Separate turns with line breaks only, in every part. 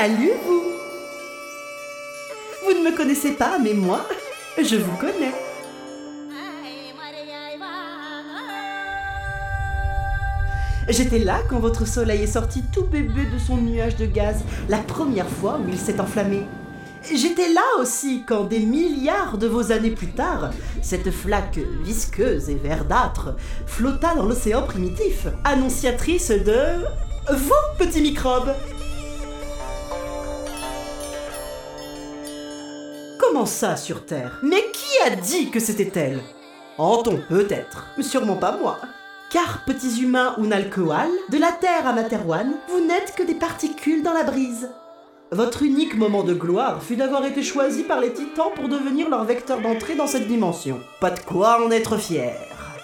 Salut vous! Vous ne me connaissez pas, mais moi, je vous connais. J'étais là quand votre soleil est sorti tout bébé de son nuage de gaz, la première fois où il s'est enflammé. J'étais là aussi quand, des milliards de vos années plus tard, cette flaque visqueuse et verdâtre flotta dans l'océan primitif, annonciatrice de... vous, petits microbes! Comment ça, sur Terre? Mais qui a dit que c'était elle? Anton, peut-être, mais sûrement pas moi. Car, petits humains Unalcoal, de la Terre à Materwan, vous n'êtes que des particules dans la brise. Votre unique moment de gloire fut d'avoir été choisi par les titans pour devenir leur vecteur d'entrée dans cette dimension. Pas de quoi en être fier.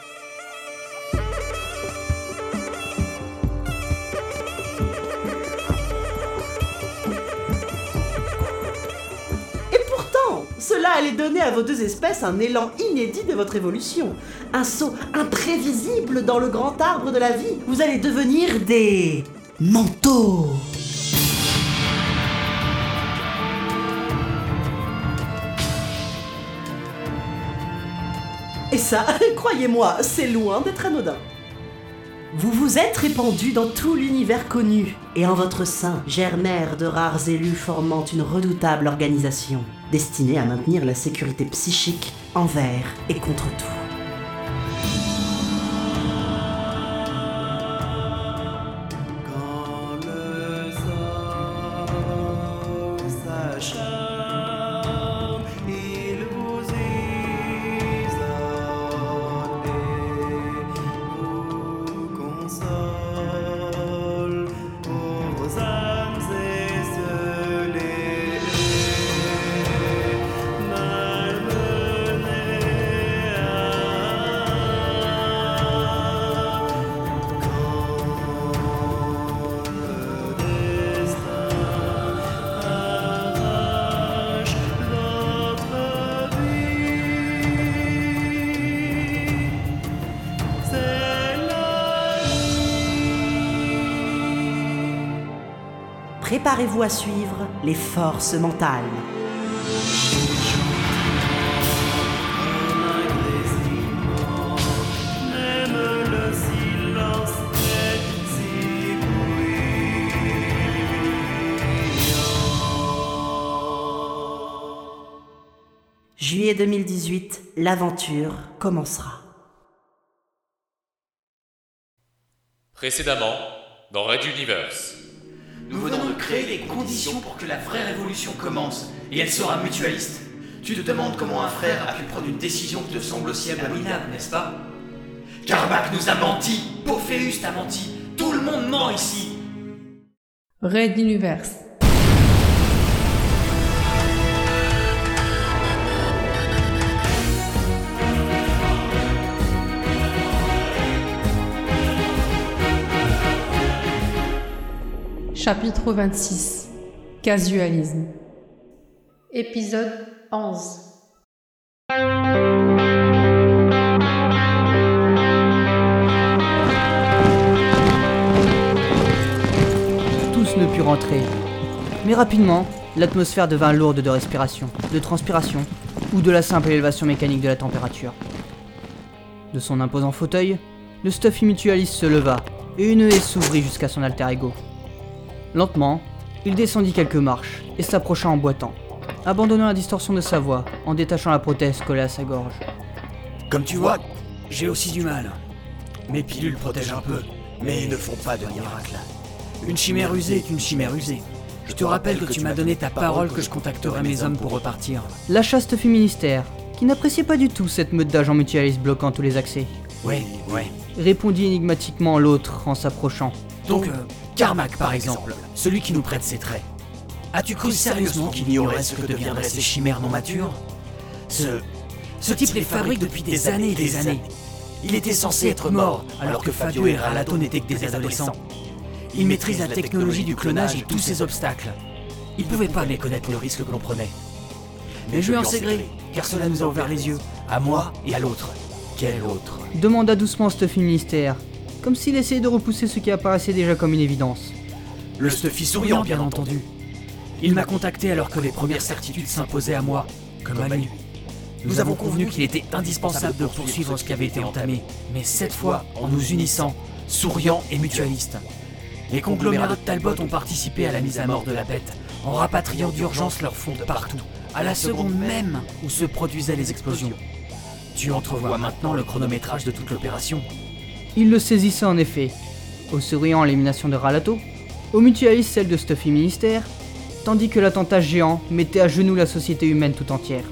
Cela allait donner à vos deux espèces un élan inédit de votre évolution. Un saut imprévisible dans le grand arbre de la vie. Vous allez devenir des... manteaux. Et ça, croyez-moi, c'est loin d'être anodin. Vous vous êtes répandus dans tout l'univers connu, et en votre sein germèrent de rares élus formant une redoutable organisation, destinée à maintenir la sécurité psychique envers et contre tout. Quand le sol s'acharne, il vous isole, vos âmes esselées, malmenées quand le destin arrache notre vie. C'est la Préparez-vous à suivre les forces mentales. Même le silence est si bruyant. Juillet 2018, l'aventure commencera.
Précédemment, dans Red Universe.
Nous venons de créer les conditions pour que la vraie révolution commence, et elle sera mutualiste. Tu te demandes comment un frère a pu prendre une décision qui te semble aussi abominable, n'est-ce pas? Carmack nous a menti, Pophéus t'a menti, tout le monde ment ici.
Red Universe. Chapitre 26. Casualisme. Épisode 11.
Tous ne purent rentrer. Mais rapidement, l'atmosphère devint lourde de respiration, de transpiration, ou de la simple élévation mécanique de la température. De son imposant fauteuil, le Stuffy Mutualiste se leva, et une haie s'ouvrit jusqu'à son alter ego. Lentement, il descendit quelques marches et s'approcha en boitant, abandonnant la distorsion de sa voix en détachant la prothèse collée à sa gorge.
Comme tu vois, j'ai aussi du mal. Mes pilules protègent un peu, mais ne font pas de miracle. Une chimère usée est une chimère usée. Je te rappelle que tu m'as donné ta parole que je contacterai mes hommes pour repartir.
Lâcha Stuffy Ministère, qui n'appréciait pas du tout cette meute d'agents mutualistes bloquant tous les accès.
Ouais.
Répondit énigmatiquement l'autre en s'approchant.
Donc, Carmack par exemple, celui qui nous prête ses traits. As-tu cru sérieusement qu'il ignorait ce que deviendraient ces chimères non matures? Ce type les fabrique depuis des années et des années. Il était censé être mort, alors que Fabio et Ralato n'étaient que des adolescents. Il maîtrise la technologie du clonage et tous ses obstacles. Il pouvait pas méconnaître le risque que l'on prenait. Mais je lui en sais gré, car cela nous a ouvert les yeux, à moi et à l'autre. Quel autre?
Demanda doucement Stuffy Ministère, comme s'il essayait de repousser ce qui apparaissait déjà comme une évidence.
Le Stuffy souriant, bien entendu. Il m'a contacté alors que les premières certitudes s'imposaient à moi, comme à lui. Nous avons convenu qu'il était indispensable de poursuivre ce qui avait été entamé, mais cette fois en nous unissant, souriants et mutualistes. Les conglomérats de Talbot ont participé à la mise à mort de la bête, en rapatriant d'urgence leurs fonds de partout, à la seconde même où se produisaient les explosions. Tu entrevois maintenant le chronométrage de toute l'opération.
Il le saisissait en effet, au souriant l'élimination de Ralato, au mutualiste celle de Stuffy Ministère, tandis que l'attentat géant mettait à genoux la société humaine tout entière.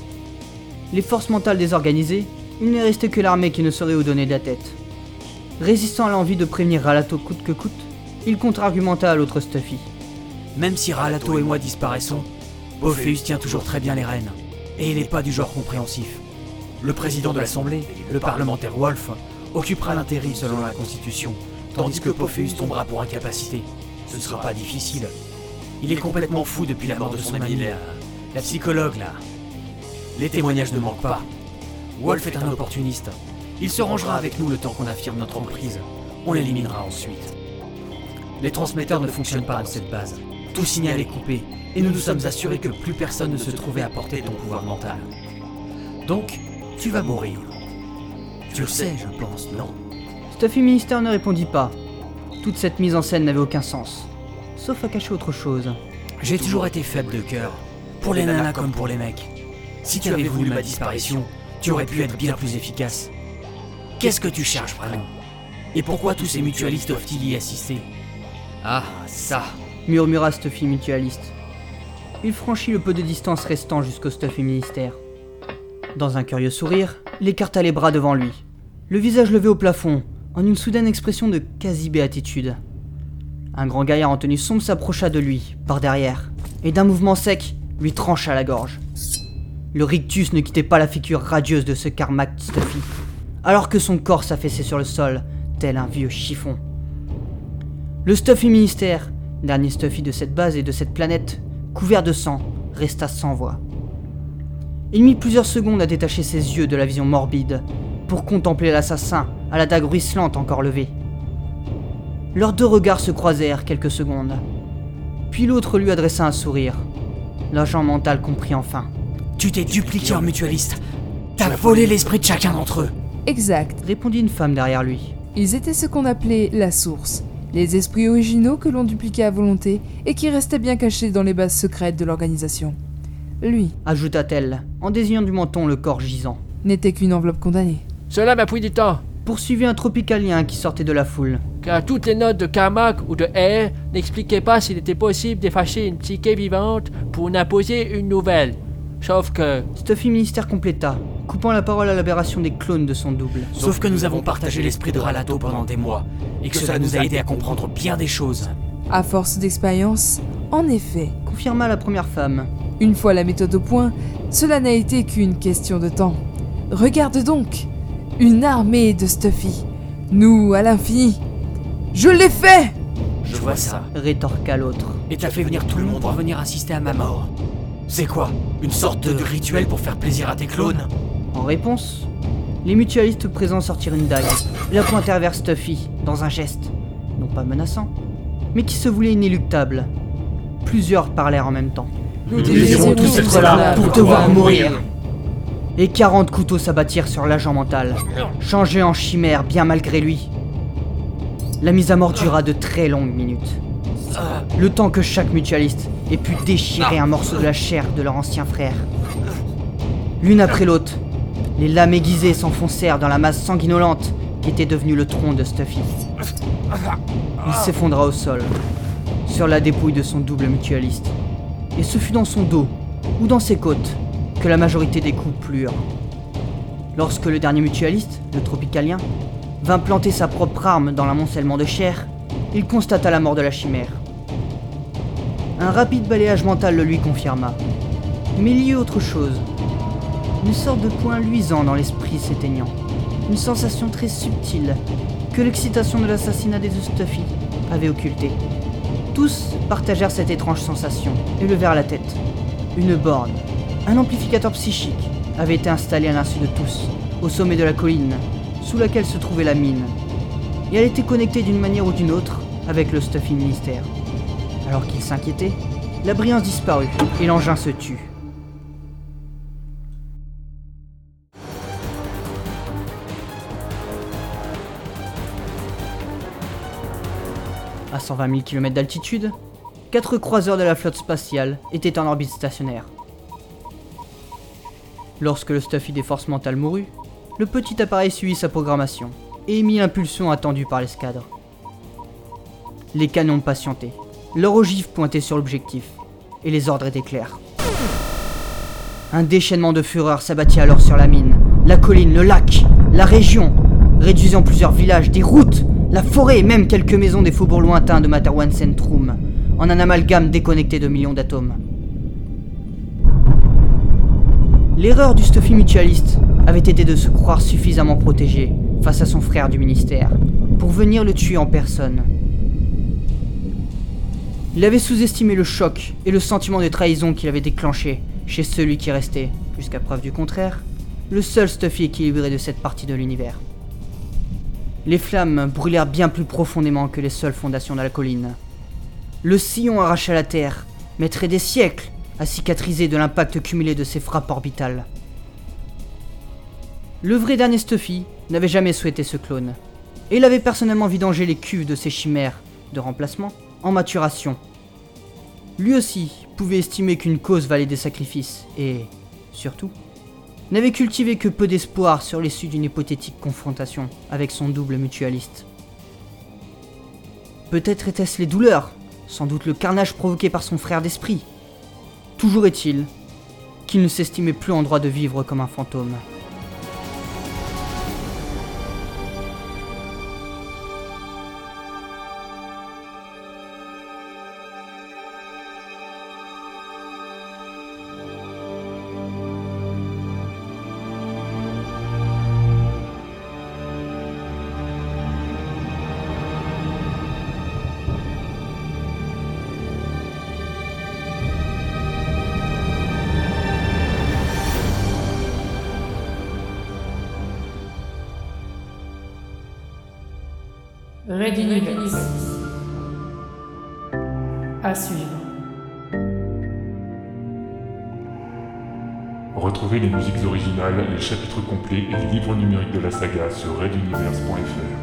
Les forces mentales désorganisées, il ne restait que l'armée qui ne saurait où donner de la tête. Résistant à l'envie de prévenir Ralato coûte que coûte, il contre-argumenta à l'autre Stuffy.
Même si Ralato et moi disparaissons, Pophéus tient toujours très bien les rênes, et il n'est pas du genre compréhensif. Le président de l'Assemblée, le parlementaire Wolf, occupera l'intérim selon la Constitution, tandis que Pophéus tombera pour incapacité. Ce ne sera pas difficile. Il est complètement fou depuis la mort de son ami, la psychologue là. Les témoignages ne manquent pas. Wolf est un opportuniste. Il se rangera avec nous le temps qu'on affirme notre emprise. On l'éliminera ensuite. Les transmetteurs ne fonctionnent pas dans cette base. Tout signal est coupé, et nous nous sommes assurés que plus personne ne se trouvait à portée de ton pouvoir mental. Donc, tu vas mourir. Tu le sais, je pense, non?
Stuffy Ministère ne répondit pas. Toute cette mise en scène n'avait aucun sens, sauf à cacher autre chose.
J'ai toujours été faible de cœur, pour les nanas comme pour les mecs. Si tu avais voulu ma disparition, tu aurais pu être bien plus efficace. Qu'est-ce que tu cherches vraiment? Et pourquoi tous ces mutualistes doivent-ils y assister? Ah, ça!
Murmura Stuffy Mutualiste. Il franchit le peu de distance restant jusqu'au Stuffy Ministère. Dans un curieux sourire, il écarta les bras devant lui, le visage levé au plafond, en une soudaine expression de quasi-béatitude. Un grand gaillard en tenue sombre s'approcha de lui, par derrière, et d'un mouvement sec, lui trancha la gorge. Le rictus ne quittait pas la figure radieuse de ce Carmack Stuffy, alors que son corps s'affaissait sur le sol, tel un vieux chiffon. Le Stuffy Ministère, dernier Stuffy de cette base et de cette planète, couvert de sang, resta sans voix. Il mit plusieurs secondes à détacher ses yeux de la vision morbide, pour contempler l'assassin à la dague ruisselante encore levée. Leurs deux regards se croisèrent quelques secondes, puis l'autre lui adressa un sourire. L'agent mental comprit enfin.
Tu t'es dupliqué en mutualiste. T'as volé l'esprit de chacun d'entre eux.
Exact.
Répondit une femme derrière lui.
Ils étaient ce qu'on appelait la source, les esprits originaux que l'on dupliquait à volonté et qui restaient bien cachés dans les bases secrètes de l'organisation. Lui,
Ajouta-t-elle, en désignant du menton le corps gisant.
n'était qu'une enveloppe condamnée.
Cela m'a pris du temps,
Poursuivit un tropicalien qui sortait de la foule.
car toutes les notes de Carmack ou de Air n'expliquaient pas s'il était possible d'effacer une psyché vivante pour en imposer une nouvelle. Sauf que...
Stuffy Ministère compléta, coupant la parole à l'aberration des clones de son double.
Sauf que nous avons partagé l'esprit de Ralato pendant des mois, et que cela nous a aidé à comprendre bien des choses.
À force d'expérience, en effet,
Confirma la première femme.
une fois la méthode au point, cela n'a été qu'une question de temps. Regarde donc, une armée de Stuffy, nous à l'infini. Je l'ai fait!
Je vois ça.
Rétorqua l'autre.
Et t'as fait venir tout le monde pour venir assister à ma mort. C'est quoi? Une sorte de rituel pour faire plaisir à tes clones?
En réponse, les mutualistes présents sortirent une dague, la pointèrent vers Stuffy, dans un geste, non pas menaçant, mais qui se voulait inéluctable. Plusieurs parlèrent en même temps.
Nous
désirons tous être là pour te voir mourir.
Et 40 couteaux s'abattirent sur l'agent mental, changé en chimère bien malgré lui. La mise à mort dura de très longues minutes. Le temps que chaque mutualiste ait pu déchirer un morceau de la chair de leur ancien frère. L'une après l'autre, les lames aiguisées s'enfoncèrent dans la masse sanguinolente qui était devenue le tronc de Stuffy. Il s'effondra au sol, sur la dépouille de son double mutualiste. Et ce fut dans son dos, ou dans ses côtes, que la majorité des coups plurent. Lorsque le dernier mutualiste, le tropicalien, vint planter sa propre arme dans l'amoncellement de chair, il constata la mort de la chimère. Un rapide balayage mental le lui confirma. Mais il y eut autre chose. Une sorte de point luisant dans l'esprit s'éteignant. Une sensation très subtile que l'excitation de l'assassinat des Stuffy avait occultée. Tous partagèrent cette étrange sensation et levèrent la tête. Une borne, un amplificateur psychique, avait été installé à l'insu de tous, au sommet de la colline, sous laquelle se trouvait la mine. Et elle était connectée d'une manière ou d'une autre avec le Stuffy Ministère. Alors qu'ils s'inquiétaient, La brillance disparut et l'engin se tut. À 120 000 km d'altitude, 4 croiseurs de la flotte spatiale étaient en orbite stationnaire. Lorsque le Stuffy des forces mentales mourut, le petit appareil suivit sa programmation et émit l'impulsion attendue par l'escadre. Les canons patientaient, leur ogive pointait sur l'objectif, et les ordres étaient clairs. Un déchaînement de fureur s'abattit alors sur la mine, la colline, le lac, la région, réduisant plusieurs villages, des routes, la forêt et même quelques maisons des faubourgs lointains de Materwan Centrum, en un amalgame déconnecté de millions d'atomes. L'erreur du Stuffy mutualiste avait été de se croire suffisamment protégé face à son frère du ministère pour venir le tuer en personne. Il avait sous-estimé le choc et le sentiment de trahison qu'il avait déclenché chez celui qui restait, jusqu'à preuve du contraire, le seul Stuffy équilibré de cette partie de l'univers. Les flammes brûlèrent bien plus profondément que les seules fondations de la colline. Le sillon arraché à la terre mettrait des siècles à cicatriser de l'impact cumulé de ses frappes orbitales. Le vrai dernier Stuffy n'avait jamais souhaité ce clone, et il avait personnellement vidangé les cuves de ses chimères de remplacement en maturation. Lui aussi pouvait estimer qu'une cause valait des sacrifices, et, surtout, n'avait cultivé que peu d'espoir sur l'issue d'une hypothétique confrontation avec son double mutualiste. Peut-être étaient-ce les douleurs, sans doute le carnage provoqué par son frère d'esprit. Toujours est-il qu'il ne s'estimait plus en droit de vivre comme un fantôme.
Red Universe. À suivre.
Retrouvez les musiques originales, les chapitres complets et les livres numériques de la saga sur reduniverse.fr.